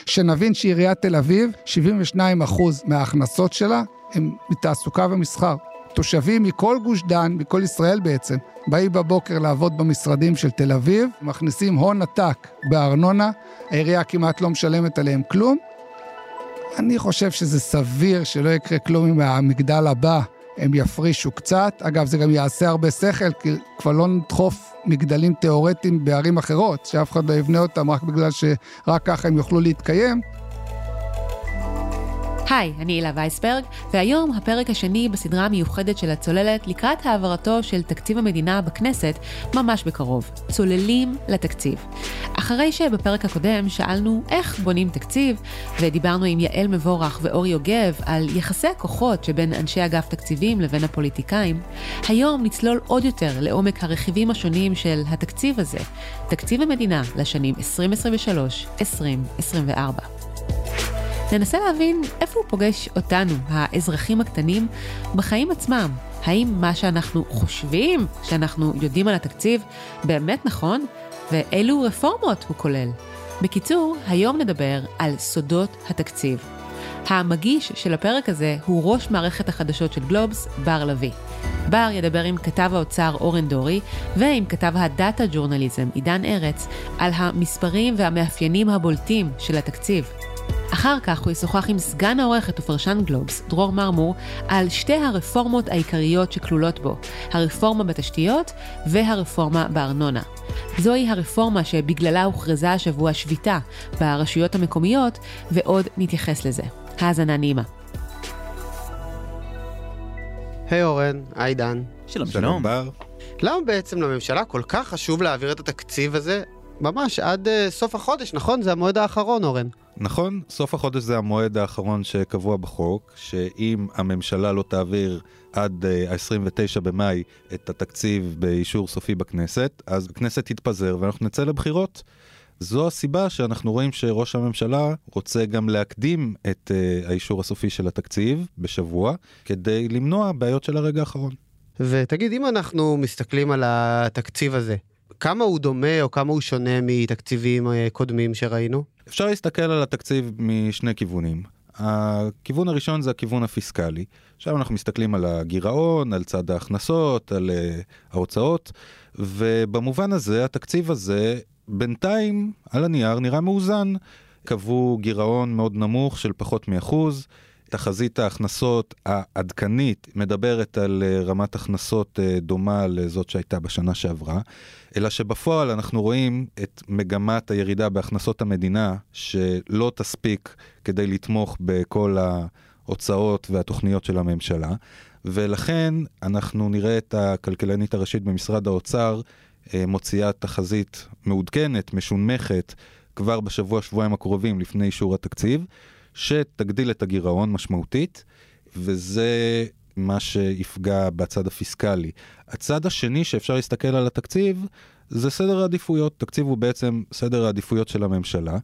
שנבין שעיריית תל אביב, 72% מההכנסות שלה הם מתעסוקה ומסחר. תושבים מכל גוש דן, מכל ישראל בעצם, באים בבוקר לעבוד במשרדים של תל אביב, מכניסים הון עתק בארנונה, העירייה כמעט לא משלמת עליהם כלום. אני חושב שזה סביר שלא יקרה כלום עם המגדל הבא, הם יפרישו קצת. אגב, זה גם יעשה הרבה שכל, כי כבר לא נדחוף מגדלים תיאורטיים בערים אחרות, שאף אחד לא יבנה אותם רק בגלל שרק ככה הם יוכלו להתקיים. היי, אני אילה וייסברג, והיום הפרק השני בסדרה המיוחדת של הצוללת לקראת העברתו של תקציב המדינה בכנסת ממש בקרוב. צוללים לתקציב. אחרי שבפרק הקודם שאלנו איך בונים תקציב, ודיברנו עם יעל מבורך ואור יוגב על יחסי הכוחות שבין אנשי אגף תקציבים לבין הפוליטיקאים, היום נצלול עוד יותר לעומק הרכיבים השונים של התקציב הזה, תקציב המדינה לשנים 2023-2024. ננסה להבין איפה הוא פוגש אותנו, האזרחים הקטנים, בחיים עצמם. האם מה שאנחנו חושבים שאנחנו יודעים על התקציב באמת נכון? ואילו רפורמות הוא כולל? בקיצור, היום נדבר על סודות התקציב. המגיש של הפרק הזה הוא ראש מערכת החדשות של גלובס, בר לוי. בר ידבר עם כתב האוצר אורן דורי ועם כתב הדאטה ג'ורנליזם עידן ארץ על המספרים והמאפיינים הבולטים של התקציב. אחר כך הוא ישוחח עם סגן העורכת ופרשן גלובס, דרור מרמור, על שתי הרפורמות העיקריות שכלולות בו, הרפורמה בתשתיות והרפורמה בארנונה. זוהי הרפורמה שבגללה הוכרזה השבוע שביתה ברשויות המקומיות, ועוד נתייחס לזה. האזנה נעימה. היי אורן, היי דן. שלום שלום. למה בעצם לממשלה כל כך חשוב להעביר את התקציב הזה ממש עד סוף החודש, נכון? זה המועד האחרון, אורן. נכון, סוף החודש זה המועד האחרון שקבוע בחוק, שאם הממשלה לא תעביר עד ה-29 במאי את התקציב באישור סופי בכנסת, אז הכנסת תתפזר ואנחנו נצא לבחירות. זו הסיבה שאנחנו רואים שראש הממשלה רוצה גם להקדים את האישור הסופי של התקציב בשבוע, כדי למנוע בעיות של הרגע האחרון. ותגיד, אם אנחנו מסתכלים על התקציב הזה, כמה הוא דומה או כמה הוא שונה מתקציבים קודמים שראינו? אפשר להסתכל על התקציב משני כיוונים. הכיוון הראשון זה הכיוון הפיסקלי. עכשיו אנחנו מסתכלים על הגירעון, על צד ההכנסות, על ההוצאות, ובמובן הזה, התקציב הזה בינתיים על הנייר נראה מאוזן. קבעו גירעון מאוד נמוך של פחות מ1%. תחזית ההכנסות העדכנית מדברת על רמת הכנסות דומה לזאת שהייתה בשנה שעברה, אלא שבפועל אנחנו רואים את מגמת הירידה בהכנסות המדינה שלא תספיק כדי לתמוך בכל ההוצאות והתוכניות של הממשלה, ולכן אנחנו נראה את הכלכלנית הראשית במשרד האוצר מוציאה תחזית מעודכנת, משונמכת, כבר בשבוע-שבועיים הקרובים לפני אישור התקציב, שתגדיל את הגירעון משמעותית, וזה מה שיפגע בצד הפיסקלי. הצד השני שאפשר להסתכל על התקציב, זה סדר העדיפויות. תקציב הוא בעצם סדר העדיפויות של הממשלה,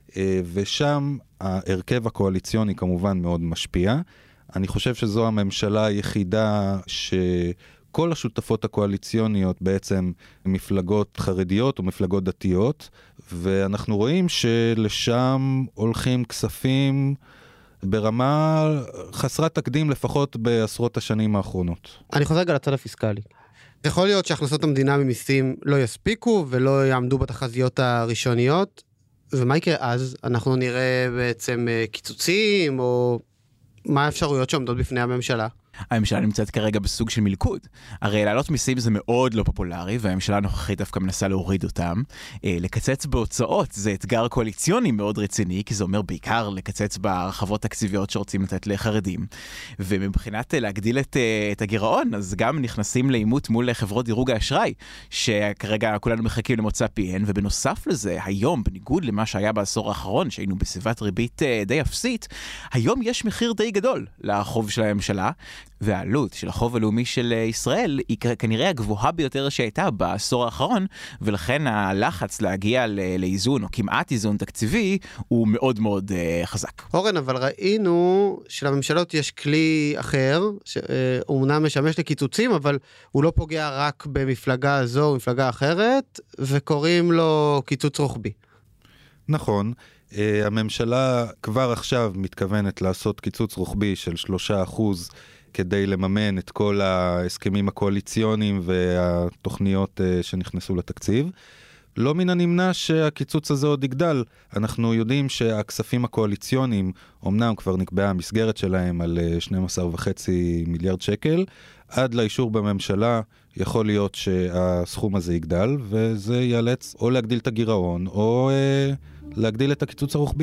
ושם ההרכב הקואליציוני כמובן מאוד משפיע. אני חושב שזו הממשלה היחידה כל השותפות הקואליציוניות בעצם מפלגות חרדיות או מפלגות דתיות, ואנחנו רואים שלשם הולכים כספים ברמה חסרת תקדים לפחות בעשרות השנים האחרונות. אני חוזר רגע לצד הפיסקלי. יכול להיות שהכנסות המדינה ממיסים לא יספיקו ולא יעמדו בתחזיות הראשוניות, ומה יקרה אז? אנחנו נראה בעצם קיצוצים או מה האפשרויות שעומדות בפני הממשלה? הממשלה נמצאת כרגע בסוג של מלכוד. הרי לעלות מיסים זה מאוד לא פופולרי, והממשלה הנוכחית דווקא מנסה להוריד אותם. לקצץ בהוצאות זה אתגר קואליציוני מאוד רציני, כי זה אומר בעיקר לקצץ בהרחבות תקציביות שרוצים לתת לחרדים. ומבחינת להגדיל את הגירעון, אז גם נכנסים לאימות מול חברות דירוג האשראי, שכרגע כולנו מחכים למוצא פיהן, ובנוסף לזה, היום, בניגוד למה שהיה בעשור האחרון, שהיינו בסביבת ריבית די אפסית, היום יש מחיר די גדול לחוב של הממשלה, והעלות של החוב הלאומי של ישראל היא כנראה הגבוהה ביותר שהייתה בעשור האחרון, ולכן הלחץ להגיע לאיזון או כמעט איזון תקציבי הוא מאוד מאוד חזק. אורן, אבל ראינו שלממשלות יש כלי אחר, שהוא אמנם משמש לקיצוצים, אבל הוא לא פוגע רק במפלגה זו או מפלגה אחרת, וקוראים לו קיצוץ רוחבי. נכון. הממשלה כבר עכשיו מתכוונת לעשות קיצוץ רוחבי של 3% כדי לממן את כל ההסכמים הקואליציוניים והתוכניות שנכנסו לתקציב. לא מן הנמנע שהקיצוץ הזה עוד יגדל. אנחנו יודעים שהכספים הקואליציוניים, אמנם כבר נקבעה המסגרת שלהם על 12.5 מיליארד שקל, עד לאישור בממשלה יכול להיות שהסכום הזה יגדל, וזה ייאלץ או להגדיל את הגירעון, או להגדיל את הקיצוץ הרוחבי.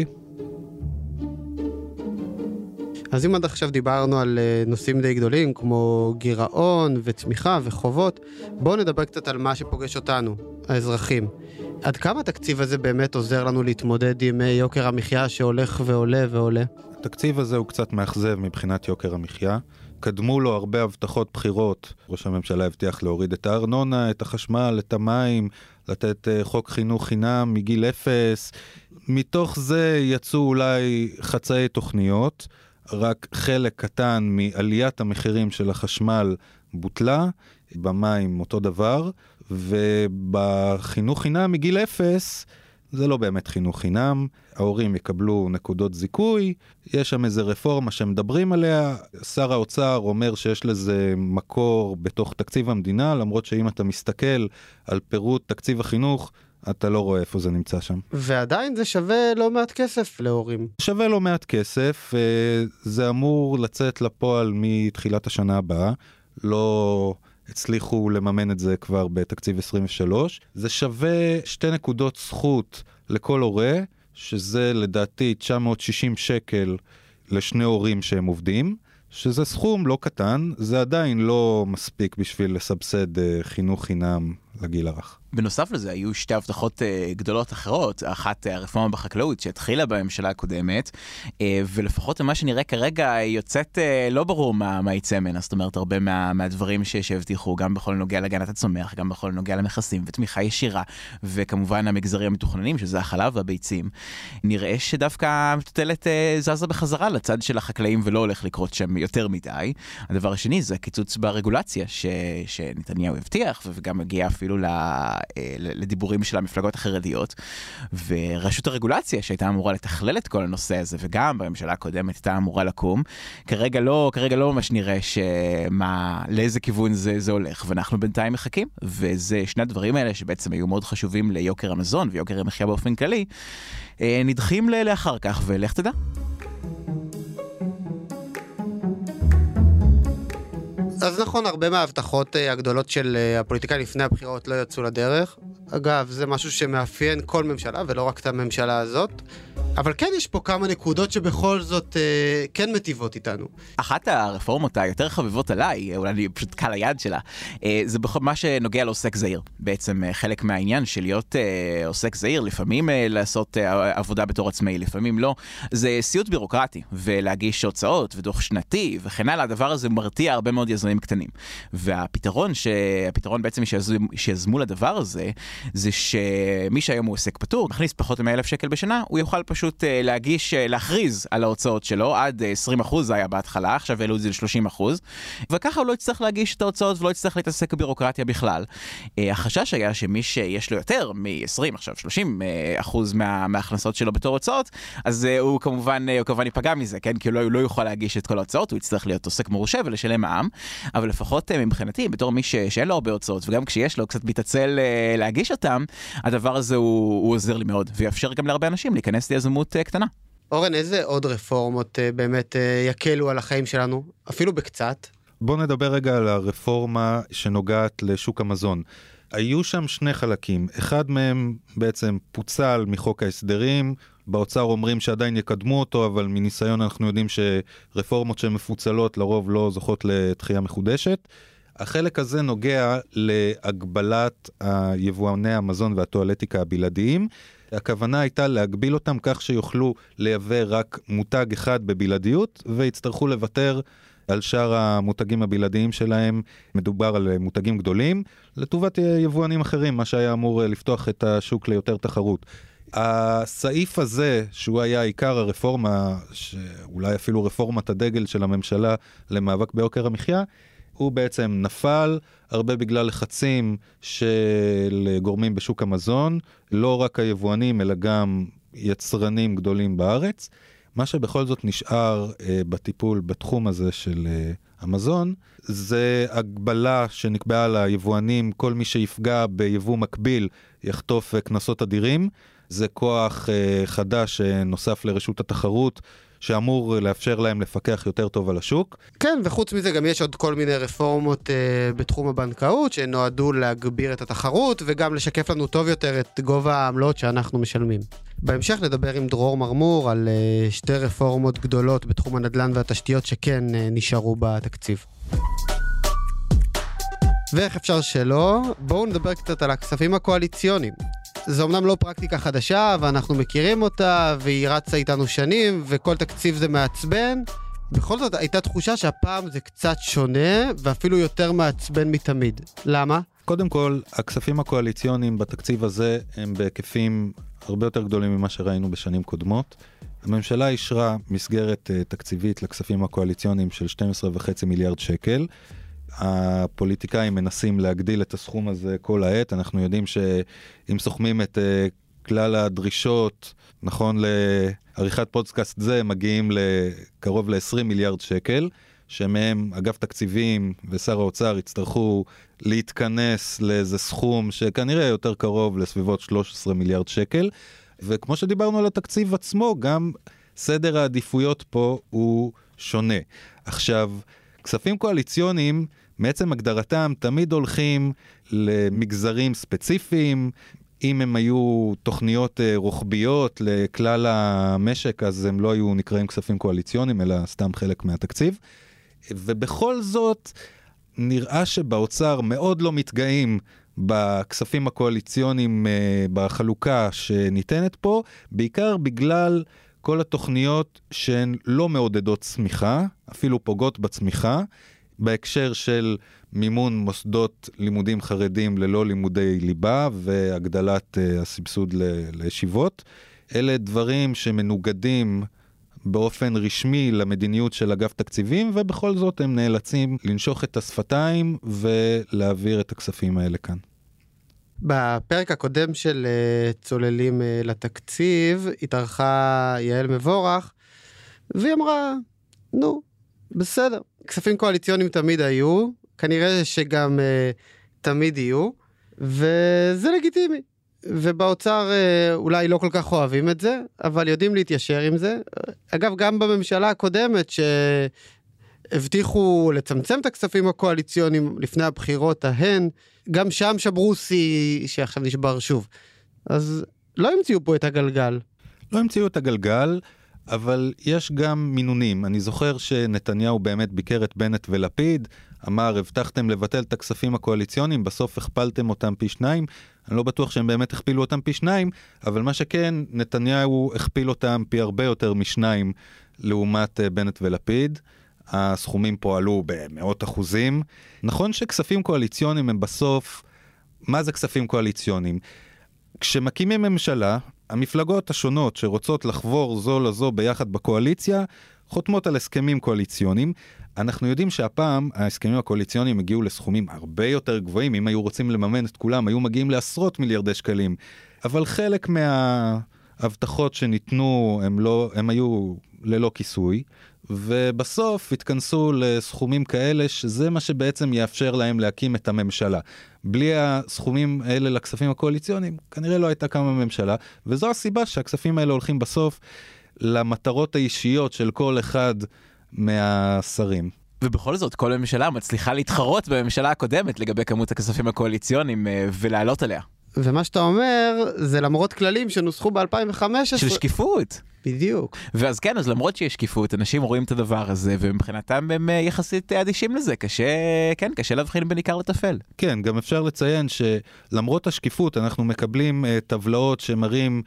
אז אם עד עכשיו דיברנו על נושאים די גדולים, כמו גירעון וצמיחה וחובות, בואו נדבר קצת על מה שפוגש אותנו, האזרחים. עד כמה התקציב הזה באמת עוזר לנו להתמודד עם יוקר המחיה שהולך ועולה ועולה? התקציב הזה הוא קצת מאכזב מבחינת יוקר המחיה. קדמו לו הרבה הבטחות בחירות. ראש הממשלה הבטיח להוריד את הארנונה, את החשמל, את המים, לתת חוק חינוך חינם מגיל 0. מתוך זה יצאו אולי חצאי תוכניות, רק חלק קטן מעליית המחירים של החשמל בוטלה, במים אותו דבר, ובחינוך חינם מגיל 0, זה לא באמת חינוך חינם, ההורים יקבלו נקודות זיכוי, יש שם איזה רפורמה שמדברים עליה, שר האוצר אומר שיש לזה מקור בתוך תקציב המדינה, למרות שאם אתה מסתכל על פירוט תקציב החינוך, אתה לא רואה איפה זה נמצא שם. ועדיין זה שווה לא מעט כסף להורים. שווה לא מעט כסף, זה אמור לצאת לפועל מתחילת השנה הבאה, לא הצליחו לממן את זה כבר בתקציב 23. זה שווה 2 נקודות זכות לכל הורה, שזה לדעתי 960 שקל לשני הורים שהם עובדים, שזה סכום לא קטן, זה עדיין לא מספיק בשביל לסבסד חינוך חינם לגיל הרך. בנוסף לזה, היו 2 הבטחות גדולות אחרות, אחת הרפורמה בחקלאות שהתחילה בממשלה הקודמת, ולפחות מה שנראה כרגע יוצאת לא ברור מה יצא ממנה, זאת אומרת הרבה מהדברים שהבטיחו, גם בכל נוגע להגנת הצומח, גם בכל נוגע למכסים ותמיכה ישירה, וכמובן המגזרים המתוכננים, שזה החלב והביצים, נראה שדווקא המטוטלת זזה בחזרה לצד של החקלאים ולא הולך לקרות שם יותר מדי. הדבר השני זה הקיצוץ ברגולציה שנתניהו הבטיח, וגם הגיע אפילו לדיבורים של המפלגות החרדיות, ורשות הרגולציה שהייתה אמורה לתכלל את כל הנושא הזה, וגם בממשלה הקודמת הייתה אמורה לקום, כרגע לא ממש נראה לאיזה כיוון זה הולך, ואנחנו בינתיים מחכים, וזה שני הדברים האלה שבעצם היו מאוד חשובים ליוקר המזון ויוקר המחיה באופן כללי, נדחים לאחר כך, ולך תדע. אז נכון, הרבה מההבטחות הגדולות של הפוליטיקאים לפני הבחירות לא יצאו לדרך. אגב, זה משהו שמאפיין כל ממשלה, ולא רק את הממשלה הזאת. אבל כן יש פה כמה נקודות שבכל זאת כן מטיבות איתנו. אחת הרפורמות היותר חביבות עליי, אולי אני פשוט קל היד שלה, זה בכל מה שנוגע לעוסק זעיר. בעצם חלק מהעניין של להיות עוסק זעיר, לפעמים לעשות עבודה בתור עצמאי, לפעמים לא. זה סיוט בירוקרטי, ולהגיש הוצאות ודוח שנתי וכן הלאה, הדבר הזה מרתיע הרבה מאוד יזמים קטנים. והפתרון בעצם שיזמו לדבר הזה, זה שמי שהיום הוא עוסק פטור, מכניס פחות מ1,000 שקל בשנה, הוא יוכל פשוט להכריז על ההוצאות שלו, עד 20% זה היה בהתחלה, עכשיו העלו את זה ל-30%, וככה הוא לא יצטרך להגיש את ההוצאות ולא יצטרך להתעסק בבירוקרטיה בכלל. החשש היה שמי שיש לו יותר מ-20, עכשיו 30% מההכנסות שלו בתור הוצאות, אז הוא כמובן ייפגע מזה, כן? כי הוא לא יוכל להגיש את כל ההוצאות, הוא יצטרך להיות עוסק מורשה ולשלם מע"מ, אבל לפחות מבחינתי, בתור מי שאין לו הרבה הוצאות, וגם כשיש לו קצת מתעצל להגיש אותם, הדבר הזה הוא עוזר לי מאוד, ויאפשר גם להרבה אנשים להיכנס ליזמות קטנה. אורן, איזה עוד רפורמות באמת יקלו על החיים שלנו? אפילו בקצת. בוא נדבר רגע על הרפורמה שנוגעת לשוק המזון. היו שם 2 חלקים. אחד מהם בעצם פוצל מחוק ההסדרים. באוצר אומרים שעדיין יקדמו אותו, אבל מניסיון אנחנו יודעים שרפורמות שמפוצלות לרוב לא זוכות לתחייה מחודשת. החלק הזה נוגע להגבלת היבואני המזון והטואלטיקה הבלעדיים. הכוונה הייתה להגביל אותם כך שיוכלו לייבא רק מותג אחד בבלעדיות, ויצטרכו לוותר על שאר המותגים הבלעדיים שלהם. מדובר על מותגים גדולים, לטובת יבואנים אחרים, מה שהיה אמור לפתוח את השוק ליותר תחרות. הסעיף הזה, שהוא היה עיקר הרפורמה, שאולי אפילו רפורמת הדגל של הממשלה למאבק ביוקר המחיה, הוא בעצם נפל הרבה בגלל לחצים של גורמים בשוק המזון, לא רק היבואנים אלא גם יצרנים גדולים בארץ. מה שבכל זאת נשאר בטיפול בתחום הזה של המזון, זה הגבלה שנקבעה ליבואנים, כל מי שיפגע ביבוא מקביל יחטוף קנסות אדירים. זה כוח חדש נוסף לרשות התחרות, שאמור לאפשר להם לפקח יותר טוב על השוק. כן, וחוץ מזה גם יש עוד כל מיני רפורמות בתחום הבנקאות, שנועדו להגביר את התחרות, וגם לשקף לנו טוב יותר את גובה העמלות שאנחנו משלמים. בהמשך נדבר עם דרור מרמור על שתי רפורמות גדולות בתחום הנדל"ן והתשתיות שכן נשארו בתקציב. ואיך אפשר שלא? בואו נדבר קצת על הכספים הקואליציוניים. זו אמנם לא פרקטיקה חדשה, ואנחנו מכירים אותה, והיא רצה איתנו שנים, וכל תקציב זה מעצבן. בכל זאת הייתה תחושה שהפעם זה קצת שונה, ואפילו יותר מעצבן מתמיד. למה? קודם כל, הכספים הקואליציוניים בתקציב הזה הם בהיקפים הרבה יותר גדולים ממה שראינו בשנים קודמות. הממשלה אישרה מסגרת תקציבית לכספים הקואליציוניים של 12.5 מיליארד שקל. הפוליטיקאים מנסים להגדיל את הסכום הזה כל העת. אנחנו יודעים שאם סוכמים את כלל הדרישות, נכון לעריכת פודקאסט זה, מגיעים לקרוב ל-20 מיליארד שקל, שמהם אגף תקציבים ושר האוצר יצטרכו להתכנס לאיזה סכום שכנראה יותר קרוב לסביבות 13 מיליארד שקל. וכמו שדיברנו על התקציב עצמו, גם סדר העדיפויות פה הוא שונה. עכשיו, כספים קואליציוניים, מעצם הגדרתם, תמיד הולכים למגזרים ספציפיים. אם הם היו תוכניות רוחביות לכלל המשק, אז הם לא היו נקראים כספים קואליציוניים, אלא סתם חלק מהתקציב. ובכל זאת, נראה שבאוצר מאוד לא מתגאים בכספים הקואליציוניים בחלוקה שניתנת פה, בעיקר בגלל כל התוכניות שהן לא מעודדות צמיחה, אפילו פוגעות בצמיחה, בהקשר של מימון מוסדות לימודים חרדים ללא לימודי ליבה והגדלת הסבסוד לישיבות. אלה דברים שמנוגדים באופן רשמי למדיניות של אגף תקציבים, ובכל זאת הם נאלצים לנשוך את השפתיים ולהעביר את הכספים האלה כאן. בפרק הקודם של צוללים לתקציב, התארחה יעל מבורך, והיא אמרה, נו, בסדר, כספים קואליציוניים תמיד היו, כנראה שגם תמיד יהיו, וזה לגיטימי. ובאוצר אולי לא כל כך אוהבים את זה, אבל יודעים להתיישר עם זה. אגב, גם בממשלה הקודמת שהבטיחו לצמצם את הכספים הקואליציוניים לפני הבחירות ההן, גם שם שברו שיא שעכשיו נשבר שוב. אז לא המציאו פה את הגלגל. לא המציאו את הגלגל, אבל יש גם מינונים. אני זוכר שנתניהו באמת ביקר את בנט ולפיד, אמר, הבטחתם לבטל את הכספים הקואליציוניים, בסוף הכפלתם אותם פי 2. אני לא בטוח שהם באמת הכפילו אותם פי 2, אבל מה שכן, נתניהו הכפיל אותם פי הרבה יותר מ2 לעומת בנט ולפיד. הסכומים פה עלו במאות אחוזים. נכון שכספים קואליציוניים הם בסוף, מה זה כספים קואליציוניים? כשמקימים ממשלה, המפלגות השונות שרוצות לחבור זו לזו ביחד בקואליציה, חותמות על הסכמים קואליציוניים. אנחנו יודעים שהפעם ההסכמים הקואליציוניים הגיעו לסכומים הרבה יותר גבוהים. אם היו רוצים לממן את כולם, היו מגיעים לעשרות מיליארדי שקלים. אבל חלק מההבטחות שניתנו, הם היו ללא כיסוי. ובסוף התכנסו לסכומים כאלה, שזה מה שבעצם יאפשר להם להקים את הממשלה. בלי הסכומים האלה לכספים הקואליציוניים, כנראה לא הייתה קמה ממשלה, וזו הסיבה שהכספים האלה הולכים בסוף למטרות האישיות של כל אחד מהשרים. ובכל זאת, כל הממשלה מצליחה להתחרות בממשלה הקודמת לגבי כמות הכספים הקואליציוניים ולעלות עליה. ומה שאתה אומר, זה למרות כללים שנוסחו ב-2015. של שקיפות. בדיוק. ואז כן, אז למרות שיש שקיפות, אנשים רואים את הדבר הזה, ומבחינתם הם יחסית אדישים לזה. קשה להבחין בין עיקר לטפל. כן, גם אפשר לציין שלמרות השקיפות, אנחנו מקבלים טבלאות שמראים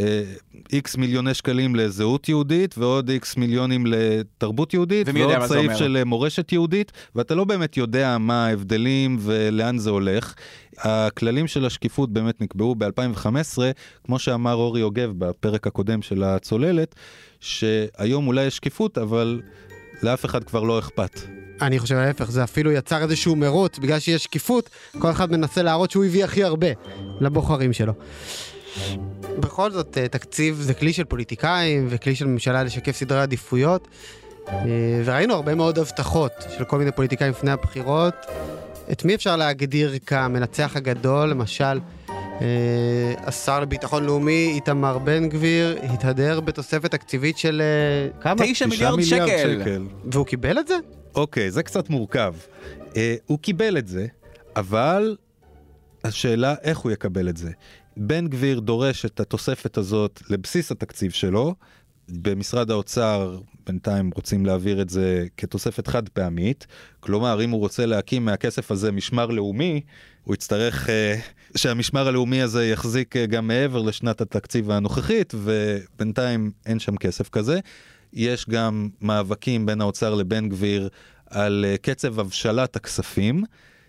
X מיליוני שקלים לזהות יהודית, ועוד X מיליונים לתרבות יהודית, ועוד סעיף של מורשת יהודית, ואתה לא באמת יודע מה ההבדלים ולאן זה הולך. הכללים של השקיפות באמת נקבעו ב-2015, כמו שאמר אורי יוגב בפרק הקודם של הצוללת, שהיום אולי יש שקיפות, אבל לאף אחד כבר לא אכפת. אני חושב להפך, זה אפילו יצר איזשהו מרוץ, בגלל שיש שקיפות, כל אחד מנסה להראות שהוא הביא הכי הרבה לבוחרים שלו. בכל זאת, תקציב זה כלי של פוליטיקאים וכלי של ממשלה לשקף סדרי עדיפויות, וראינו הרבה מאוד הבטחות של כל מיני פוליטיקאים לפני הבחירות. את מי אפשר להגדיר כמנצח הגדול? למשל, השר לביטחון לאומי איתמר בן גביר התהדר בתוספת תקציבית של כמה? 9 מיליארד שקל. והוא קיבל את זה? אוקיי, זה קצת מורכב. הוא קיבל את זה, אבל השאלה איך הוא יקבל את זה. בן גביר דורש את התוספת הזאת לבסיס התקציב שלו, במשרד האוצר בינתיים רוצים להעביר את זה כתוספת חד פעמית, כלומר אם הוא רוצה להקים מהכסף הזה משמר לאומי, הוא יצטרך שהמשמר הלאומי הזה יחזיק גם מעבר לשנת התקציב הנוכחית, ובינתיים אין שם כסף כזה. יש גם מאבקים בין האוצר לבן גביר על קצב הבשלת הכספים,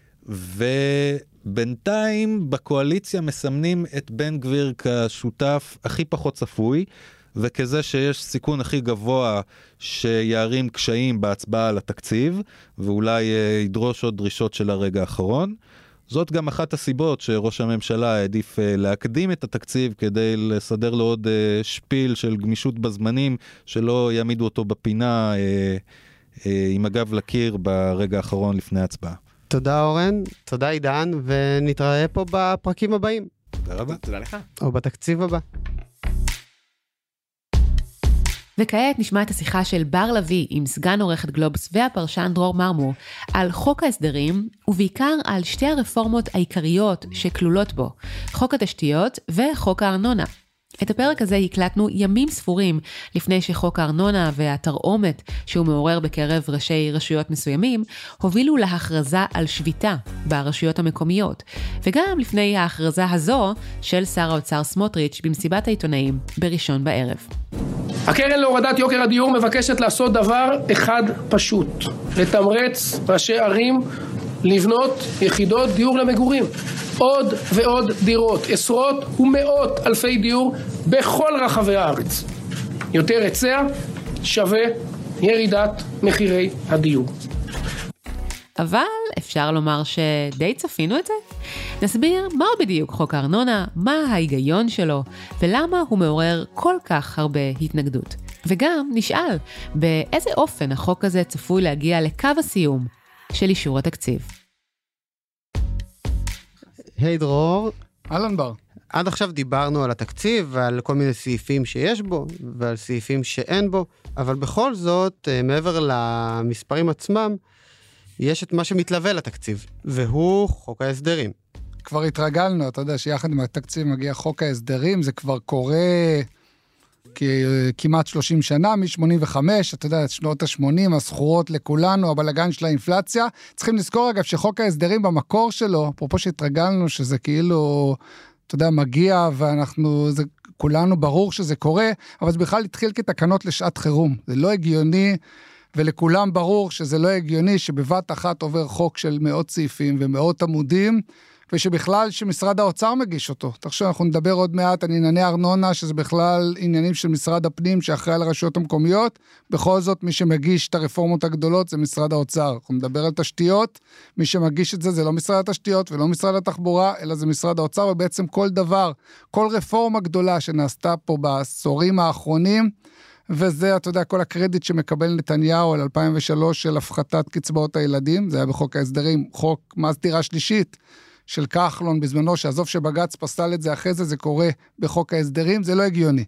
ובינתיים בקואליציה מסמנים את בן גביר כשותף הכי פחות צפוי, וכזה שיש סיכון הכי גבוה שיערים קשיים בהצבעה על התקציב, ואולי ידרוש עוד דרישות של הרגע האחרון. זאת גם אחת הסיבות שראש הממשלה העדיף להקדים את התקציב כדי לסדר לו עוד שפיל של גמישות בזמנים, שלא יעמידו אותו בפינה עם הגב לקיר ברגע האחרון לפני ההצבעה. תודה אורן, תודה עידן, ונתראה פה בפרקים הבאים. תודה רבה. תודה לך. או בתקציב הבא. וכעת נשמע את השיחה של בר לוי עם סגן עורכת גלובס והפרשן דרור מרמור על חוק ההסדרים, ובעיקר על שתי הרפורמות העיקריות שכלולות בו, חוק התשתיות וחוק הארנונה. את הפרק הזה הקלטנו ימים ספורים לפני שחוק הארנונה והתרעומת שהוא מעורר בקרב ראשי רשויות מסוימים, הובילו להכרזה על שביתה ברשויות המקומיות, וגם לפני ההכרזה הזו של שר האוצר סמוטריץ' במסיבת העיתונאים בראשון בערב. הקרן להורדת יוקר הדיור מבקשת לעשות דבר אחד פשוט, לתמרץ ראשי ערים לבנות יחידות דיור למגורים. עוד ועוד דירות, עשרות ומאות אלפי דיור בכל רחבי הארץ. יותר היצע שווה ירידת מחירי הדיור. אבל אפשר לומר שדי צפינו את זה? נסביר מהו בדיוק חוק הארנונה, מה ההיגיון שלו, ולמה הוא מעורר כל כך הרבה התנגדות. וגם נשאל, באיזה אופן החוק הזה צפוי להגיע לקו הסיום של אישור התקציב. היי דרור. אלן בר. עד עכשיו דיברנו על התקציב ועל כל מיני סעיפים שיש בו ועל סעיפים שאין בו, אבל בכל זאת, מעבר למספרים עצמם, יש את מה שמתלווה לתקציב, והוא חוק ההסדרים. כבר התרגלנו, אתה יודע שיחד עם התקציב מגיע חוק ההסדרים, זה כבר קורה כמעט 30 שנה, מ-85, אתה יודע, שנות ה-80, הזכורות לכולנו, הבלגן של האינפלציה. צריכים לזכור אגב שחוק ההסדרים במקור שלו, אפרופו שהתרגלנו שזה כאילו, אתה יודע, מגיע ואנחנו, זה, כולנו ברור שזה קורה, אבל זה בכלל התחיל כתקנות לשעת חירום. זה לא הגיוני, ולכולם ברור שזה לא הגיוני שבבת אחת עובר חוק של מאות סעיפים ומאות עמודים, ושבכלל שמשרד האוצר מגיש אותו. תחשוב, אנחנו נדבר עוד מעט על ענייני ארנונה, שזה בכלל עניינים של משרד הפנים, שאחראי על הרשויות המקומיות. בכל זאת, מי שמגיש את הרפורמות הגדולות זה משרד האוצר. אנחנו נדבר על תשתיות, מי שמגיש את זה זה לא משרד התשתיות ולא משרד התחבורה, אלא זה משרד האוצר, ובעצם כל דבר, כל רפורמה גדולה שנעשתה פה בעשורים האחרונים, וזה, אתה יודע, כל הקרדיט שמקבל נתניהו על 2003 של הפחתת קצבאות הילדים, זה היה בחוק ההסדרים, חוק מס דירה שלישית, של כחלון בזמנו, שעזוב שבג"ץ פסל את זה אחרי זה, זה קורה בחוק ההסדרים, זה לא הגיוני.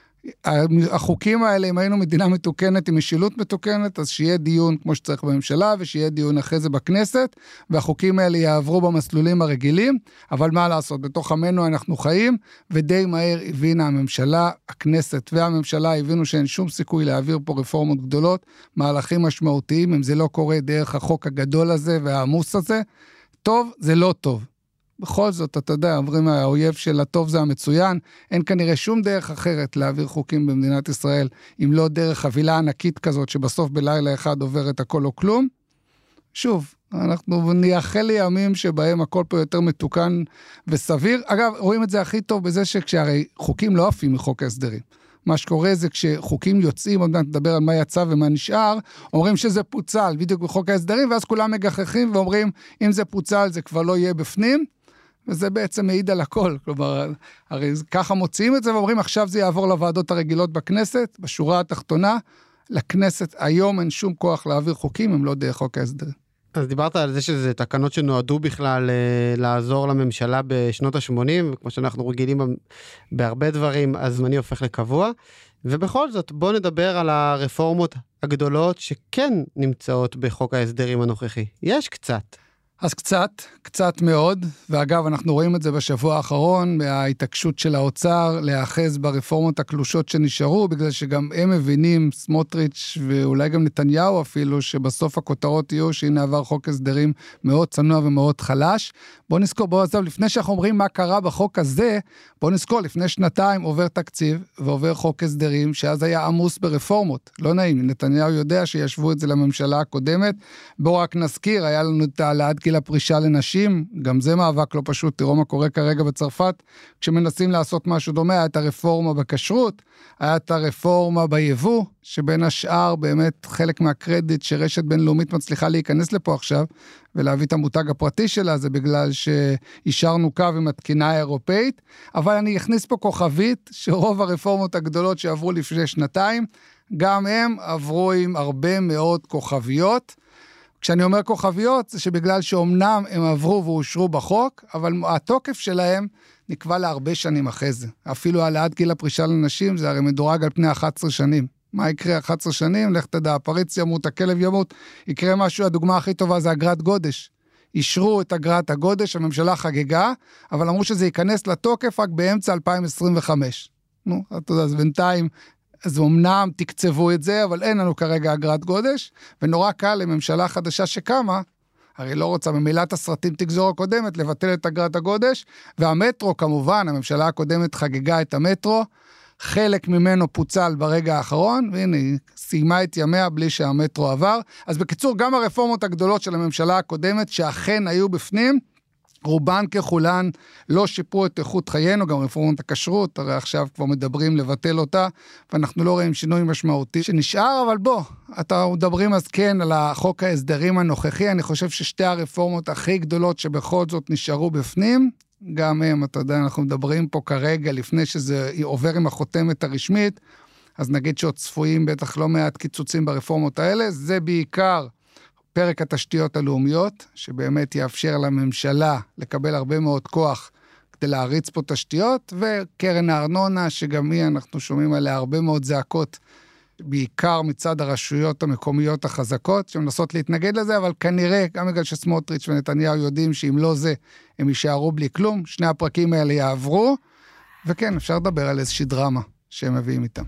החוקים האלה, אם היינו מדינה מתוקנת, עם משילות מתוקנת, אז שיהיה דיון כמו שצריך בממשלה, ושיהיה דיון אחרי זה בכנסת, והחוקים האלה יעברו במסלולים הרגילים, אבל מה לעשות, בתוך עמנו אנחנו חיים, ודי מהר הבינה הממשלה, הכנסת והממשלה הבינו שאין שום סיכוי להעביר פה רפורמות גדולות, מהלכים משמעותיים, אם זה לא קורה דרך החוק הגדול הזה והעמוס הזה, טוב זה לא טוב. בכל זאת, אתה יודע, אומרים, האויב של הטוב זה המצוין, אין כנראה שום דרך אחרת להעביר חוקים במדינת ישראל, אם לא דרך חבילה ענקית כזאת, שבסוף בלילה אחד עוברת הכל או כלום. שוב, אנחנו נייחל לימים שבהם הכל פה יותר מתוקן וסביר. אגב, רואים את זה הכי טוב בזה שכשהרי חוקים לא עפים מחוק ההסדרים. מה שקורה זה כשחוקים יוצאים, עוד מעט נדבר על מה יצא ומה נשאר, אומרים שזה פוצל בדיוק בחוק ההסדרים, ואז כולם מגחכים ואומרים, אם זה פוצל זה כבר לא יהיה בפנים, וזה בעצם מעיד על הכל, כלומר, הרי ככה מוציאים את זה ואומרים, עכשיו זה יעבור לוועדות הרגילות בכנסת, בשורה התחתונה, לכנסת היום אין שום כוח להעביר חוקים, הם לא דרך חוק ההסדרים. אז דיברת על זה שזה תקנות שנועדו בכלל לעזור לממשלה בשנות ה-80, וכמו שאנחנו רגילים בהרבה דברים, הזמני הופך לקבוע, ובכל זאת בוא נדבר על הרפורמות הגדולות שכן נמצאות בחוק ההסדרים הנוכחי. יש קצת. אז קצת מאוד, ואגב אנחנו רואים את זה בשבוע האחרון, מההתעקשות של האוצר להאחז ברפורמות הקלושות שנשארו, בגלל שגם הם מבינים, סמוטריץ' ואולי גם נתניהו אפילו, שבסוף הכותרות יהיו שהנה עבר חוק הסדרים מאוד צנוע ומאוד חלש. בוא נזכור, לפני שאנחנו אומרים מה קרה בחוק הזה, בוא נזכור, לפני שנתיים עובר תקציב ועובר חוק הסדרים, שאז היה עמוס ברפורמות. לא נעים, נתניהו יודע שישבו את זה לממשלה הקודמת, בואו רק נזכיר, היה לנו את העלאת גיל הפרישה לנשים, גם זה מאבק לא פשוט, תראו מה קורה כרגע בצרפת, כשמנסים לעשות משהו דומה, היה את הרפורמה בכשרות, היה את הרפורמה ביבוא, שבין השאר באמת חלק מהקרדיט שרשת בינלאומית מצליחה להיכנס לפה עכשיו, ולהביא את המותג הפרטי שלה, זה בגלל שאישרנו קו עם התקינה האירופאית, אבל אני אכניס פה כוכבית, שרוב הרפורמות הגדולות שעברו לפני שנתיים, גם הם עברו עם הרבה מאוד כוכביות. כשאני אומר כוכביות, זה שבגלל שאומנם הם עברו ואושרו בחוק, אבל התוקף שלהם נקבע להרבה שנים אחרי זה. אפילו העלאת גיל הפרישה לנשים, זה הרי מדורג על פני 11 שנים. מה יקרה 11 שנים? לך תדע, הפריץ ימות, הכלב ימות, יקרה משהו, הדוגמה הכי טובה זה אגרת גודש. אישרו את אגרת הגודש, הממשלה חגגה, אבל אמרו שזה ייכנס לתוקף רק באמצע 2025. נו, אתה יודע, אז בינתיים, אז אמנם תקצבו את זה, אבל אין לנו כרגע אגרת גודש, ונורא קל לממשלה חדשה שקמה, הרי לא רוצה ממילת הסרטים תגזור הקודמת, לבטל את אגרת הגודש, והמטרו כמובן, הממשלה הקודמת חגגה את המטרו, חלק ממנו פוצל ברגע האחרון, והנה, היא סיימה את ימיה בלי שהמטרו עבר. אז בקיצור, גם הרפורמות הגדולות של הממשלה הקודמת, שאכן היו בפנים, רובן ככולן לא שיפרו את איכות חיינו, גם רפורמת הכשרות, הרי עכשיו כבר מדברים לבטל אותה, ואנחנו לא רואים שינוי משמעותי שנשאר, אבל בוא, אתה מדברים אז כן על החוק ההסדרים הנוכחי, אני חושב ששתי הרפורמות הכי גדולות שבכל זאת נשארו בפנים, גם הם, אתה יודע, אנחנו מדברים פה כרגע, לפני שזה עובר עם החותמת הרשמית, אז נגיד שעוד צפויים בטח לא מעט קיצוצים ברפורמות האלה, זה בעיקר פרק התשתיות הלאומיות, שבאמת יאפשר לממשלה לקבל הרבה מאוד כוח כדי להריץ פה תשתיות, וקרן הארנונה, שגם היא אנחנו שומעים עליה הרבה מאוד זעקות, בעיקר מצד הרשויות המקומיות החזקות, שמנסות להתנגד לזה, אבל כנראה, גם בגלל שסמוטריץ' ונתניהו יודעים שאם לא זה, הם יישארו בלי כלום, שני הפרקים האלה יעברו, וכן, אפשר לדבר על איזושהי דרמה שהם מביאים איתם.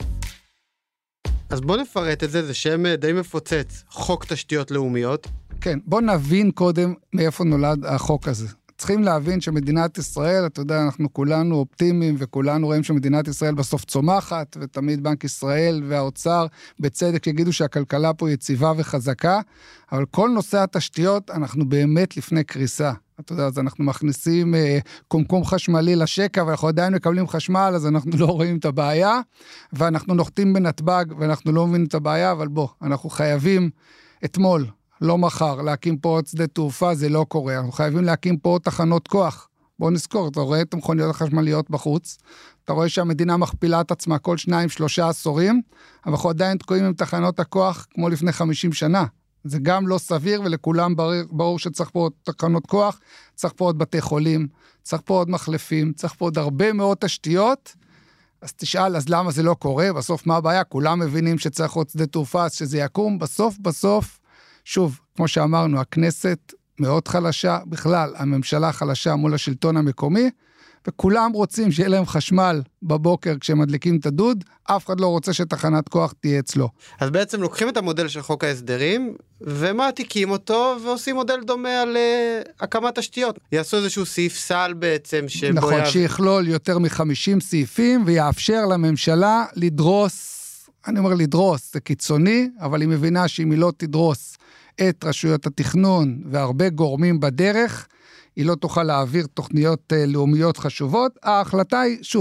אז בוא נפרט את זה, זה שם די מפוצץ, חוק תשתיות לאומיות. כן, בוא נבין קודם מאיפה נולד החוק הזה. צריכים להבין שמדינת ישראל, אתה יודע, אנחנו כולנו אופטימיים, וכולנו רואים שמדינת ישראל בסוף צומחת, ותמיד בנק ישראל והאוצר בצדק יגידו שהכלכלה פה יציבה וחזקה, אבל כל נושא התשתיות, אנחנו באמת לפני קריסה. אתה יודע, אז אנחנו מכניסים קומקום חשמלי לשקע, ואנחנו עדיין מקבלים חשמל, אז אנחנו לא רואים את הבעיה, ואנחנו נוחתים בנתב"ג, ואנחנו לא מבינים את הבעיה, אבל בוא, אנחנו חייבים אתמול, לא מחר, להקים פה עוד שדה תעופה, זה לא קורה, אנחנו חייבים להקים פה עוד תחנות כוח. בוא נזכור, אתה רואה את המכוניות החשמליות בחוץ, אתה רואה שהמדינה מכפילה את עצמה כל 2-3 עשורים, אבל אנחנו עדיין תקועים עם תחנות הכוח כמו לפני 50 שנה. זה גם לא סביר, ולכולם ברור שצריך פה עוד תחנות כוח, צריך פה עוד בתי חולים, צריך פה עוד מחלפים, צריך פה עוד הרבה מאוד תשתיות, אז תשאל, אז למה זה לא קורה? בסוף מה הבעיה? כולם מבינים שצריך עוד שדה תעופה, שזה יקום, בסוף, שוב, כמו שאמרנו, הכנסת מאוד חלשה, בכלל, הממשלה חלשה מול השלטון המקומי, וכולם רוצים שיהיה להם חשמל בבוקר כשהם מדליקים את הדוד, אף אחד לא רוצה שתחנת כוח תהיה אצלו. אז בעצם לוקחים את המודל של חוק ההסדרים, ומעתיקים אותו, ועושים מודל דומה על הקמת תשתיות. יעשו איזשהו סעיף סל בעצם, נכון, שיכלול יותר מ-50 סעיפים, ויאפשר לממשלה לדרוס, אני אומר לדרוס, זה קיצוני, אבל היא מבינה שאם היא לא תדרוס את רשויות התכנון, והרבה גורמים בדרך, היא לא תוכל להעביר תוכניות לאומיות חשובות. ההחלטה היא, שוב,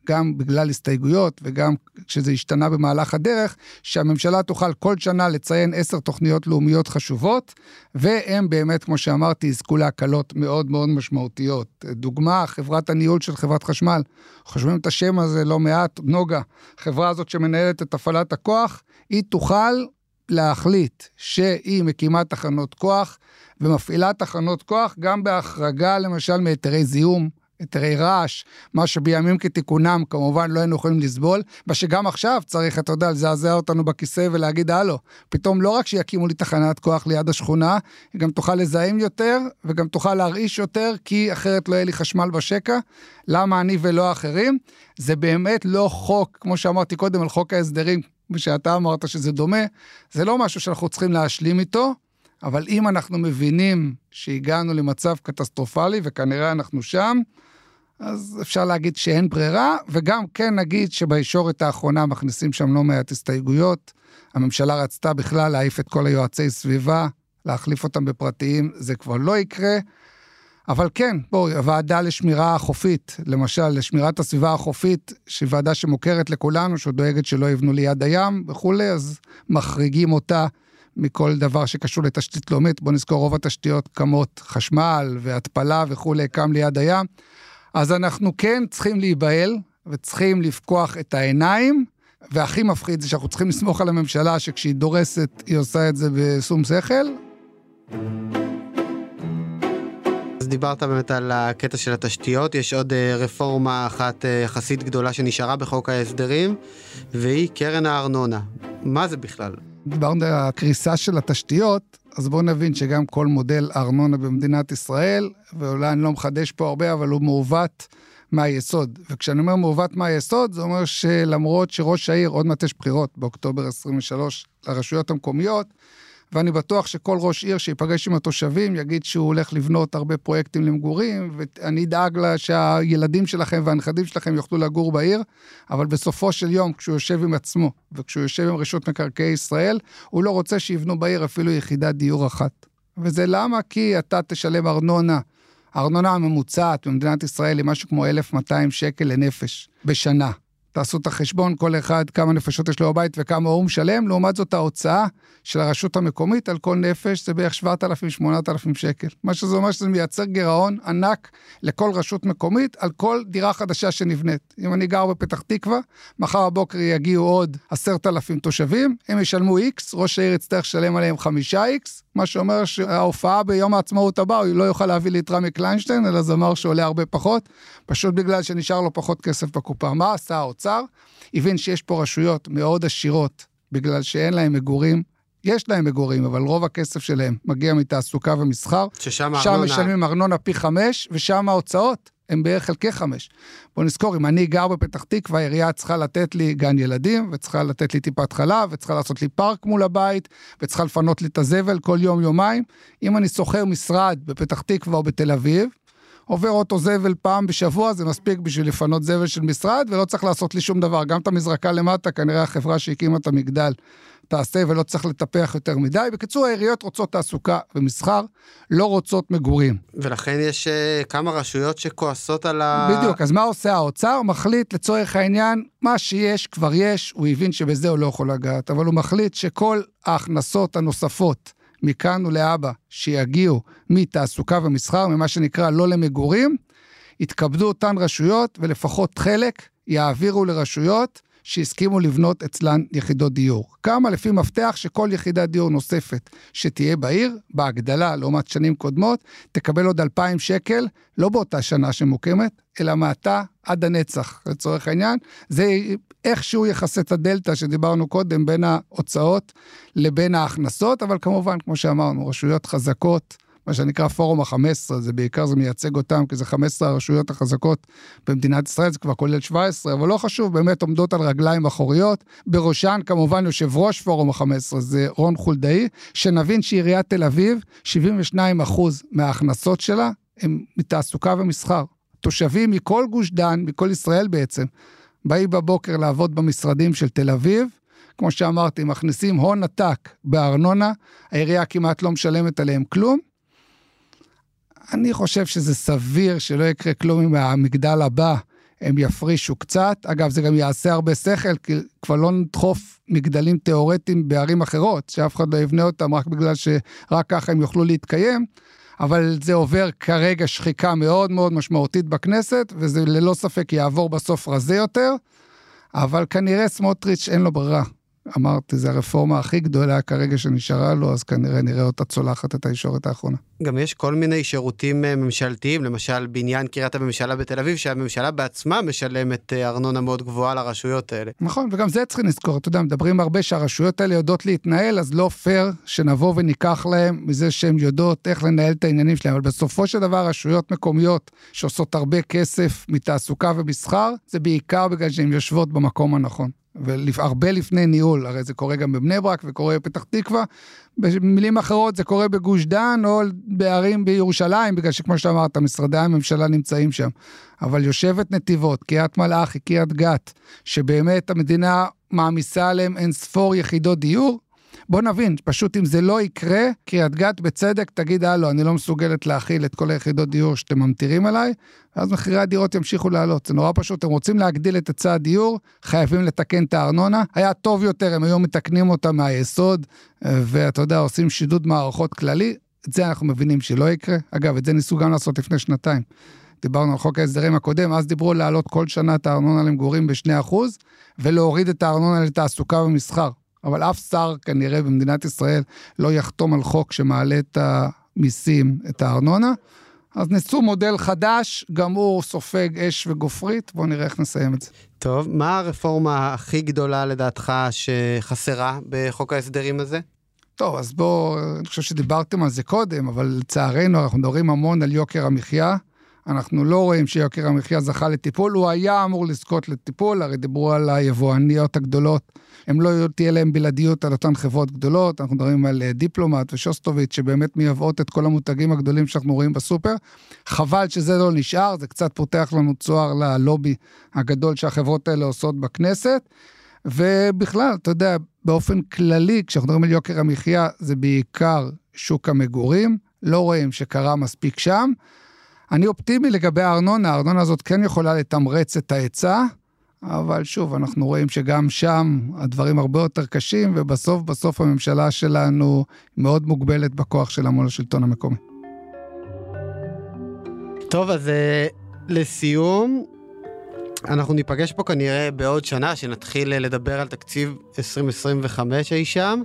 גם בגלל הסתייגויות וגם כשזה השתנה במהלך הדרך, שהממשלה תוכל כל שנה לציין 10 תוכניות לאומיות חשובות, והם באמת, כמו שאמרתי, יזכו להקלות מאוד מאוד משמעותיות. דוגמה, חברת הניהול של חברת חשמל, חושבים את השם הזה לא מעט, נוגה, חברה הזאת שמנהלת את הפעלת הכוח, היא תוכל להחליט שהיא מקימה תחנות כוח, ומפעילה תחנות כוח גם בהחרגה למשל מהיתרי זיהום, היתרי רעש, מה שבימים כתיקונם כמובן לא היינו יכולים לסבול, ושגם עכשיו צריך, אתה יודע, לזעזע אותנו בכיסא ולהגיד הלו, פתאום לא רק שיקימו לי תחנת כוח ליד השכונה, היא גם תוכל לזהם יותר, וגם תוכל להרעיש יותר, כי אחרת לא יהיה לי חשמל בשקע, למה אני ולא אחרים? זה באמת לא חוק, כמו שאמרתי קודם על חוק ההסדרים, ושאתה אמרת שזה דומה, זה לא משהו שאנחנו צריכים להשלים איתו, אבל אם אנחנו מבינים שהגענו למצב קטסטרופלי, וכנראה אנחנו שם, אז אפשר להגיד שאין ברירה, וגם כן נגיד שבישורת האחרונה מכניסים שם לא מעט הסתייגויות, הממשלה רצתה בכלל להעיף את כל היועצי סביבה, להחליף אותם בפרטיים, זה כבר לא יקרה, אבל כן, בואו, הוועדה לשמירה החופית, למשל, לשמירת הסביבה החופית, שהיא ועדה שמוכרת לכולנו, שדואגת שלא יבנו ליד הים וכו', אז מחריגים אותה מכל דבר שקשור לתשתית לאומית. בואו נזכור, רוב התשתיות קמות חשמל והתפלה וכו', קם ליד הים. אז אנחנו כן צריכים להיבהל, וצריכים לפקוח את העיניים, והכי מפחיד זה שאנחנו צריכים לסמוך על הממשלה, שכשהיא דורסת, היא עושה את זה בשום שכל. אז דיברת באמת על הקטע של התשתיות, יש עוד רפורמה אחת יחסית גדולה שנשארה בחוק ההסדרים, והיא קרן הארנונה. מה זה בכלל? דיברנו על הקריסה של התשתיות, אז בואו נבין שגם כל מודל הארנונה במדינת ישראל, ואולי אני לא מחדש פה הרבה, אבל הוא מעוות מהיסוד. וכשאני אומר מעוות מהיסוד, זה אומר שלמרות שראש העיר, עוד מעט יש בחירות באוקטובר 23 לרשויות המקומיות, ואני בטוח שכל ראש עיר שיפגש עם התושבים, יגיד שהוא הולך לבנות הרבה פרויקטים למגורים, ואני אדאג לה שהילדים שלכם והנכדים שלכם יוכלו לגור בעיר, אבל בסופו של יום, כשהוא יושב עם עצמו, וכשהוא יושב עם רשות מקרקעי ישראל, הוא לא רוצה שיבנו בעיר אפילו יחידת דיור אחת. וזה למה? כי אתה תשלם ארנונה. הארנונה הממוצעת במדינת ישראל היא משהו כמו 1,200 שקל לנפש בשנה. תעשו את החשבון, כל אחד, כמה נפשות יש לו בבית וכמה הוא משלם, לעומת זאת ההוצאה של הרשות המקומית על כל נפש, זה בערך 7,000-8,000 שקל. מה שזה אומר שזה מייצר גירעון ענק לכל רשות מקומית, על כל דירה חדשה שנבנית. אם אני גר בפתח תקווה, מחר הבוקר יגיעו עוד 10,000 תושבים, הם ישלמו X, ראש העיר יצטרך לשלם עליהם 5X, מה שאומר שההופעה ביום העצמאות הבא, הוא לא יוכל להביא לי את רמי קליינשטיין, אלא זמר שעולה הרבה פחות, פשוט בגלל שנשאר לו פחות כסף בקופה. מה עשה האוצר? הבין שיש פה רשויות מאוד עשירות, בגלל שאין להם מגורים, יש להם מגורים, אבל רוב הכסף שלהם מגיע מתעסוקה ומסחר, שם משלמים ארנונה פי 5, ושם ההוצאות הם בערך חלקי 5. בוא נזכור, אם אני גר בפתח תקווה, העירייה צריכה לתת לי גן ילדים, וצריכה לתת לי טיפת חלב, וצריכה לעשות לי פארק מול הבית, וצריכה לפנות לי את הזבל כל יום-יומיים. אם אני שוכר משרד בפתח תקווה או בתל אביב, עובר אותו זבל פעם בשבוע, זה מספיק בשביל לפנות זבל של משרד, ולא צריך לעשות לי שום דבר. גם את המזרקה למטה, כנראה החברה שהקימה את המגדל תעשה, ולא צריך לטפח יותר מדי. בקיצור, העיריות רוצות תעסוקה ומסחר, לא רוצות מגורים. ולכן יש כמה רשויות שכועסות על בדיוק, אז מה עושה האוצר? מחליט לצורך העניין, מה שיש כבר יש, הוא הבין שבזה הוא לא יכול לגעת, אבל הוא מחליט שכל ההכנסות הנוספות, מכאן ולאבא, שיגיעו מתעסוקה ומסחר, ממה שנקרא לא למגורים, יתכבדו אותן רשויות, ולפחות חלק יעבירו לרשויות שהסכימו לבנות אצלן יחידות דיור. כמה לפי מפתח שכל יחידת דיור נוספת שתהיה בעיר, בהגדלה לעומת שנים קודמות, תקבל עוד 2,000 שקל, לא באותה שנה שמוקמת, אלא מעתה עד הנצח, לצורך העניין. זה איכשהו יחסה את הדלטה שדיברנו קודם, בין ההוצאות לבין ההכנסות, אבל כמובן, כמו שאמרנו, רשויות חזקות, מה שנקרא פורום ה-15, זה בעיקר זה מייצג אותם, כי זה 15 הרשויות החזקות במדינת ישראל, זה כבר כולל 17, אבל לא חשוב, באמת עומדות על רגליים אחוריות, בראשן כמובן יושב ראש פורום ה-15, זה רון חולדאי, שנבין שעיריית תל אביב, 72% מההכנסות שלה, הם מתעסוקה ומסחר. תושבים מכל גוש דן, מכל ישראל בעצם, באים בבוקר לעבוד במשרדים של תל אביב, כמו שאמרתי, מכניסים הון עתק בארנונה, העירייה כמעט לא משלמת עליהם כלום, אני חושב שזה סביר שלא יקרה כלום אם המגדל הבא הם יפרישו קצת. אגב, זה גם יעשה הרבה שכל, כי כבר לא נדחוף מגדלים תיאורטיים בערים אחרות, שאף אחד לא יבנה אותם רק בגלל שרק ככה הם יוכלו להתקיים, אבל זה עובר כרגע שחיקה מאוד מאוד משמעותית בכנסת, וזה ללא ספק יעבור בסוף רזה יותר, אבל כנראה סמוטריץ' אין לו ברירה. אמרתי, זה הרפורמה הכי גדולה כרגע שנשארה לו, אז כנראה נראה אותה צולחת את הישורת האחרונה. גם יש כל מיני שירותים ממשלתיים, למשל בעניין קריית הממשלה בתל אביב, שהממשלה בעצמה משלמת ארנונה מאוד גבוהה לרשויות האלה. נכון, וגם זה צריכים לזכור, אתה יודע, מדברים הרבה שהרשויות האלה יודעות להתנהל, אז לא פייר שנבוא וניקח להם מזה שהן יודעות איך לנהל את העניינים שלהם, אבל בסופו של דבר רשויות מקומיות שעושות הרבה כסף מתעסוקה ומסחר, זה בעיקר בגלל שהן יושבות במקום הנכון. והרבה לפני ניהול, הרי זה קורה גם בבני ברק וקורה בפתח תקווה, במילים אחרות זה קורה בגוש דן או בערים בירושלים, בגלל שכמו שאמרת, משרדי הממשלה נמצאים שם, אבל יושבת נתיבות, קריית מלאכי, קריית גת, שבאמת המדינה מעמיסה עליהם אין ספור יחידות דיור, בוא נבין, פשוט אם זה לא יקרה, קריית גת בצדק תגיד, לא, אני לא מסוגלת להכיל את כל היחידות דיור שאתם ממטירים עליי, ואז מחירי הדירות ימשיכו לעלות. זה נורא פשוט, הם רוצים להגדיל את היצע הדיור, חייבים לתקן את הארנונה, היה טוב יותר, הם היום מתקנים אותה מהיסוד, ואתה יודע, עושים שידוד מערכות כללי, את זה אנחנו מבינים שלא יקרה. אגב, את זה ניסו גם לעשות לפני שנתיים. דיברנו על חוק ההסדרים הקודם, אז דיברו להעלות כל שנה את הארנונה למגורים ב2%, ולהוריד את הארנונה לתעסוקה ומסחר. אבל אף שר כנראה במדינת ישראל לא יחתום על חוק שמעלה את המיסים, את הארנונה. אז ניסו מודל חדש, גם הוא סופג אש וגופרית, בואו נראה איך נסיים את זה. טוב, מה הרפורמה הכי גדולה לדעתך שחסרה בחוק ההסדרים הזה? טוב, אז בואו, אני חושב שדיברתם על זה קודם, אבל לצערנו אנחנו מדברים המון על יוקר המחיה, אנחנו לא רואים שיוקר המחיה זכה לטיפול, הוא היה אמור לזכות לטיפול, הרי דיברו על היבואניות הגדולות, הם לא תהיה להם בלעדיות על אותן חברות גדולות, אנחנו מדברים על דיפלומט ושוסטוביץ' שבאמת מייבאות את כל המותגים הגדולים שאנחנו רואים בסופר, חבל שזה לא נשאר, זה קצת פותח לנו צוהר ללובי הגדול שהחברות האלה עושות בכנסת, ובכלל, אתה יודע, באופן כללי, כשאנחנו מדברים על יוקר המחיה, זה בעיקר שוק המגורים, לא רואים שקרה מספיק שם, אני אופטימי לגבי הארנונה, הארנונה הזאת כן יכולה לתמרץ את ההיצע, אבל שוב, אנחנו רואים שגם שם הדברים הרבה יותר קשים, ובסוף הממשלה שלנו מאוד מוגבלת בכוח שלה מול השלטון המקומי. טוב, אז לסיום, אנחנו ניפגש פה כנראה בעוד שנה, שנתחיל לדבר על תקציב 2025 אי שם,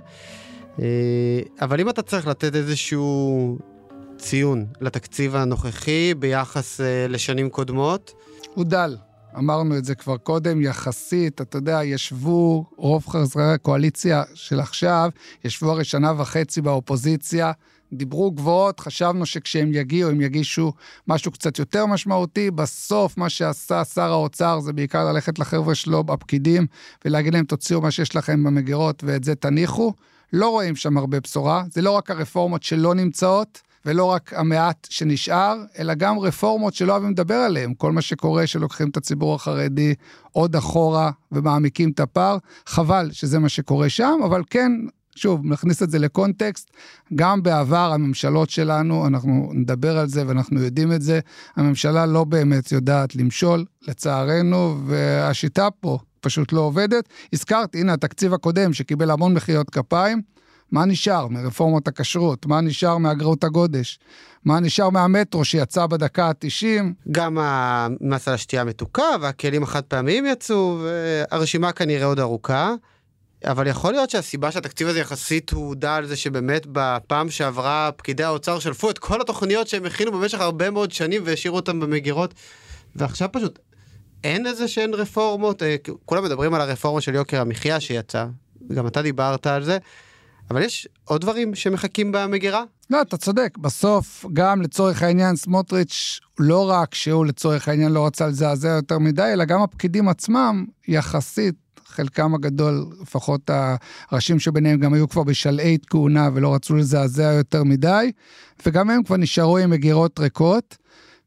אבל אם אתה צריך לתת איזשהו ציון לתקציב הנוכחי ביחס לשנים קודמות? הוא דל. אמרנו את זה כבר קודם, יחסית, אתה יודע, ישבו רוב חברי הקואליציה של עכשיו, ישבו הרי שנה וחצי באופוזיציה, דיברו גבוהות, חשבנו שכשהם יגיעו, הם יגישו משהו קצת יותר משמעותי, בסוף מה שעשה שר האוצר זה בעיקר ללכת לחבר'ה שלו בפקידים, ולהגיד להם תוציאו מה שיש לכם במגירות ואת זה תניחו, לא רואים שם הרבה בשורה, זה לא רק הרפורמות שלא נמצאות, ולא רק המעט שנשאר, אלא גם רפורמות שלא אוהבים לדבר עליהן, כל מה שקורה שלוקחים את הציבור החרדי עוד אחורה ומעמיקים את הפער, חבל שזה מה שקורה שם, אבל כן, שוב, נכניס את זה לקונטקסט, גם בעבר הממשלות שלנו, אנחנו נדבר על זה ואנחנו יודעים את זה, הממשלה לא באמת יודעת למשול, לצערנו, והשיטה פה פשוט לא עובדת. הזכרתי, הנה התקציב הקודם שקיבל המון מחיאות כפיים, מה נשאר מרפורמות הכשרות? מה נשאר מאגרות הגודש? מה נשאר מהמטרו שיצא בדקה ה-90? גם המס על השתייה המתוקה והכלים החד פעמיים יצאו, והרשימה כנראה עוד ארוכה, אבל יכול להיות שהסיבה שהתקציב הזה יחסית הודע על זה שבאמת בפעם שעברה פקידי האוצר שלפו את כל התוכניות שהם הכינו במשך הרבה מאוד שנים והשאירו אותם במגירות, ועכשיו פשוט אין איזה שהן רפורמות, כולם מדברים על הרפורמה של יוקר המחיה שיצא, וגם אתה דיברת על זה, אבל יש עוד דברים שמחכים במגירה? לא, אתה צודק. בסוף, גם לצורך העניין, סמוטריץ' לא רק שהוא לצורך העניין לא רצה לזעזע יותר מדי, אלא גם הפקידים עצמם, יחסית, חלקם הגדול, לפחות הראשים שביניהם גם היו כבר בשלעי כהונה, ולא רצו לזעזע יותר מדי, וגם הם כבר נשארו עם מגירות ריקות,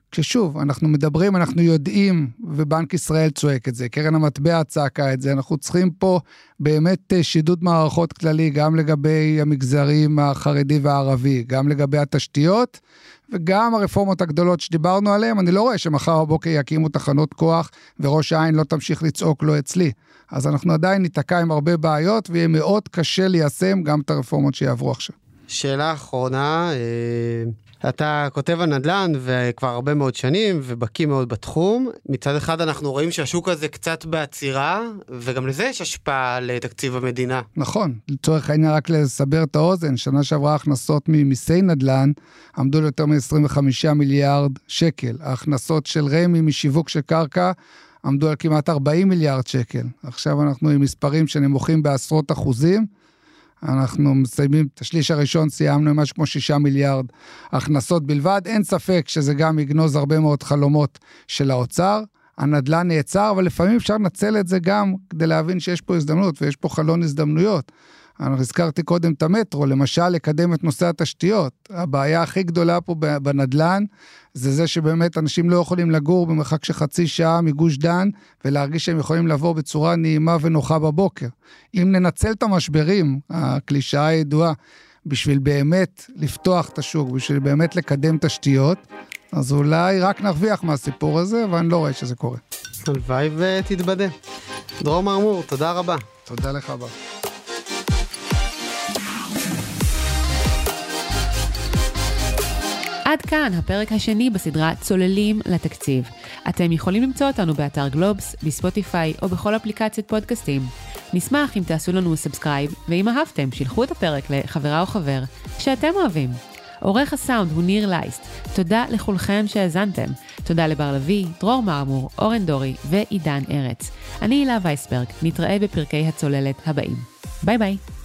כששוב, אנחנו מדברים, אנחנו יודעים, ובנק ישראל צועק את זה, קרן המטבע צעקה את זה, אנחנו צריכים פה באמת שידוד מערכות כללי, גם לגבי המגזרים החרדי והערבי, גם לגבי התשתיות, וגם הרפורמות הגדולות שדיברנו עליהן, אני לא רואה שמחר בבוקר יקימו תחנות כוח, וראש העין לא תמשיך לצעוק לא אצלי. אז אנחנו עדיין ניתקע עם הרבה בעיות, ויהיה מאוד קשה ליישם גם את הרפורמות שיעברו עכשיו. שאלה אחרונה, אתה כותב על נדל"ן וכבר הרבה מאוד שנים ובקיא מאוד בתחום. מצד אחד אנחנו רואים שהשוק הזה קצת בעצירה, וגם לזה יש השפעה לתקציב המדינה. נכון, לצורך העניין רק לסבר את האוזן, שנה שעברה הכנסות ממיסי נדל"ן עמדו ליותר מ-25 מיליארד שקל. ההכנסות של רמ"י משיווק של קרקע עמדו על כמעט 40 מיליארד שקל. עכשיו אנחנו עם מספרים שנמוכים בעשרות אחוזים, אנחנו מסיימים את השליש הראשון, סיימנו משהו כמו 6 מיליארד הכנסות בלבד, אין ספק שזה גם יגנוז הרבה מאוד חלומות של האוצר, הנדל"ן נעצר, אבל לפעמים אפשר לנצל את זה גם כדי להבין שיש פה הזדמנות, ויש פה חלון הזדמנויות. אני הזכרתי קודם את המטרו, למשל לקדם את נושא התשתיות, הבעיה הכי גדולה פה בנדל"ן, זה שבאמת אנשים לא יכולים לגור במרחק של חצי שעה מגוש דן, ולהרגיש שהם יכולים לבוא בצורה נעימה ונוחה בבוקר. אם ננצל את המשברים, הקלישאה הידועה, בשביל באמת לפתוח את השוק, בשביל באמת לקדם תשתיות, אז אולי רק נרוויח מהסיפור הזה, אבל אני לא רואה שזה קורה. הלוואי ותתבדה. דרור מרמור, תודה רבה. תודה לך, בר. עד כאן הפרק השני בסדרה צוללים לתקציב. אתם יכולים למצוא אותנו באתר גלובס, בספוטיפיי או בכל אפליקציית פודקאסטים. נשמח אם תעשו לנו סאבסקרייב, ואם אהבתם, שילחו את הפרק לחברה או חבר שאתם אוהבים. עורך הסאונד הוא ניר לייסט. תודה לכולכם שהאזנתם. תודה לבר לוי, דרור מרמור, אורן דורי ועידן ארץ. אני הילה וייסברג. נתראה בפרקי הצוללת הבאים. ביי ביי.